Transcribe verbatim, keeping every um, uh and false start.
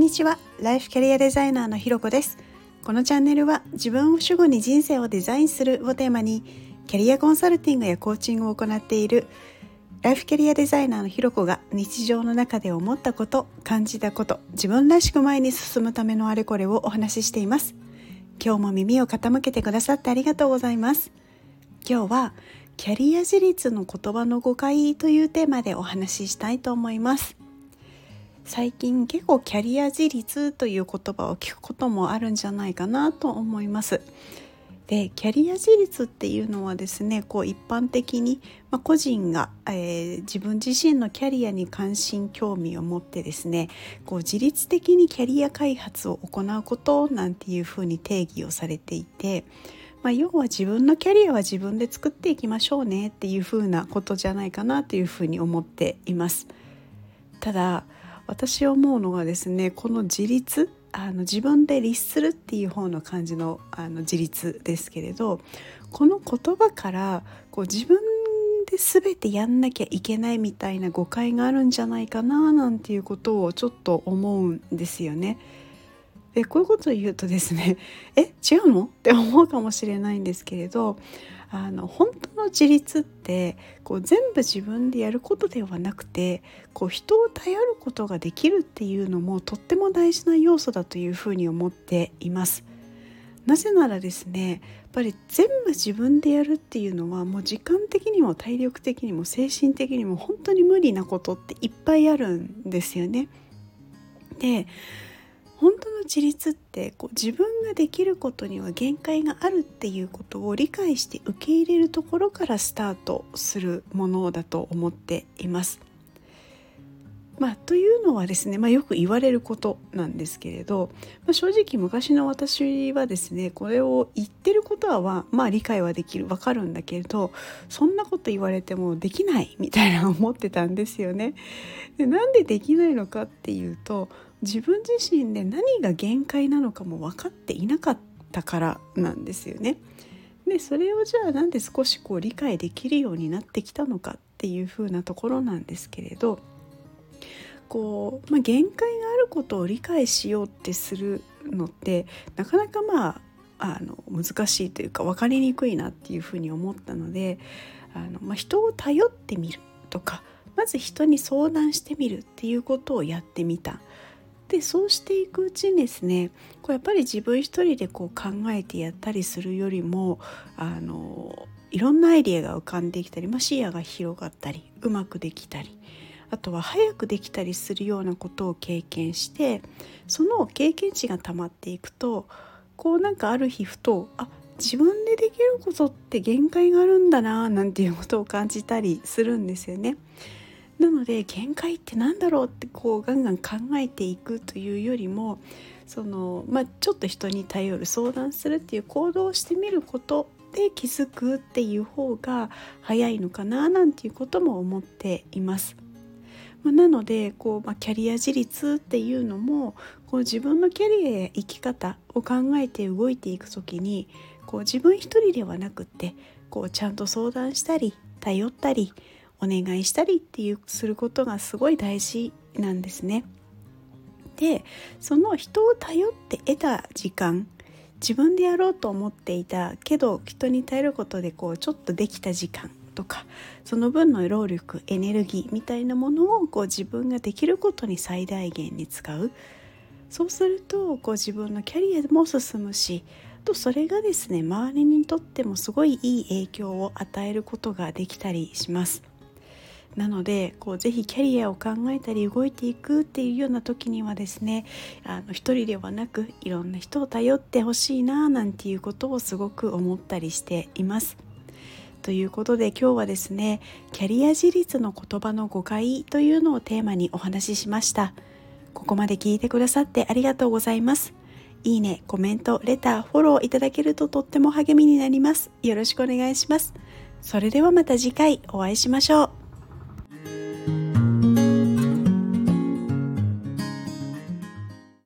にちは。ライフキャリアデザイナーのひろこです。このチャンネルは自分を主語に人生をデザインするをテーマにキャリアコンサルティングやコーチングを行っているライフキャリアデザイナーのひろこが日常の中で思ったこと、感じたこと、自分らしく前に進むためのあれこれをお話ししています。今日も耳を傾けてくださってありがとうございます。今日はキャリア自立の言葉の誤解というテーマでお話ししたいと思います。最近結構キャリア自立という言葉を聞くこともあるんじゃないかなと思います。で、キャリア自立っていうのはですね、こう一般的に、まあ、個人が、えー、自分自身のキャリアに関心興味を持ってですね、こう自律的にキャリア開発を行うことなんていうふうに定義をされていて、まあ、要は自分のキャリアは自分で作っていきましょうねっていうふうなことじゃないかなというふうに思っています。ただ私思うのがですね、この自立、あの自分で律するっていう方の感じの、あの自立ですけれど、この言葉からこう自分で全てやんなきゃいけないみたいな誤解があるんじゃないかななんていうことをちょっと思うんですよね。で、こういうことを言うとですね、え違うのって思うかもしれないんですけれど、あの本当の自立ってこう全部自分でやることではなくて、こう人を頼ることができるっていうのもとっても大事な要素だというふうに思っています。なぜならですね、やっぱり全部自分でやるっていうのはもう時間的にも体力的にも精神的にも本当に無理なことっていっぱいあるんですよね。で、本当の自立ってこう自分ができることには限界があるっていうことを理解して受け入れるところからスタートするものだと思っています。まあ、というのはですね、まあ、よく言われることなんですけれど、まあ、正直昔の私はですね、これを言ってることはまあ理解はできる、わかるんだけれど、そんなこと言われてもできないみたいな思ってたんですよね。で、なんでできないのかっていうと、自分自身で何が限界なのかも分かっていなかったからなんですよね。で、それをじゃあなんで少しこう理解できるようになってきたのかっていう風なところなんですけれど、こう、まあ、限界があることを理解しようってするのってなかなかまああの難しいというか分かりにくいなっていうふうに思ったので、あの、まあ、人を頼ってみるとか、まず人に相談してみるっていうことをやってみた。で、そうしていくうちにですね、こうやっぱり自分一人でこう考えてやったりするよりも、あのいろんなアイデアが浮かんできたり、まあ、視野が広がったりうまくできたり、あとは早くできたりするようなことを経験して、その経験値が溜まっていくと、こうなんかある日ふと、あ、自分でできることって限界があるんだななんていうことを感じたりするんですよね。なので限界ってなんだろうってこうガンガン考えていくというよりも、その、まあ、ちょっと人に頼る、相談するっていう行動をしてみることで気づくっていう方が早いのかななんていうことも思っています。まあ、なのでこう、まあ、キャリア自立っていうのも、こう自分のキャリアや生き方を考えて動いていくときに、こう自分一人ではなくって、こうちゃんと相談したり頼ったりお願いしたりっていうすることがすごい大事なんですね。で、その人を頼って得た時間、自分でやろうと思っていたけど人に頼ることでこうちょっとできた時間とか、その分の労力、エネルギーみたいなものをこう自分ができることに最大限に使う。そうするとこう自分のキャリアも進むし、とそれがですね、周りにとってもすごいいい影響を与えることができたりします。なのでこうぜひキャリアを考えたり動いていくっていうような時にはですね、あの一人ではなくいろんな人を頼ってほしいななんていうことをすごく思ったりしています。ということで今日はですね、キャリア自立の言葉の誤解というのをテーマにお話ししました。ここまで聞いてくださってありがとうございます。いいね、コメント、レター、フォローいただけるととっても励みになります。よろしくお願いします。それではまた次回お会いしましょう。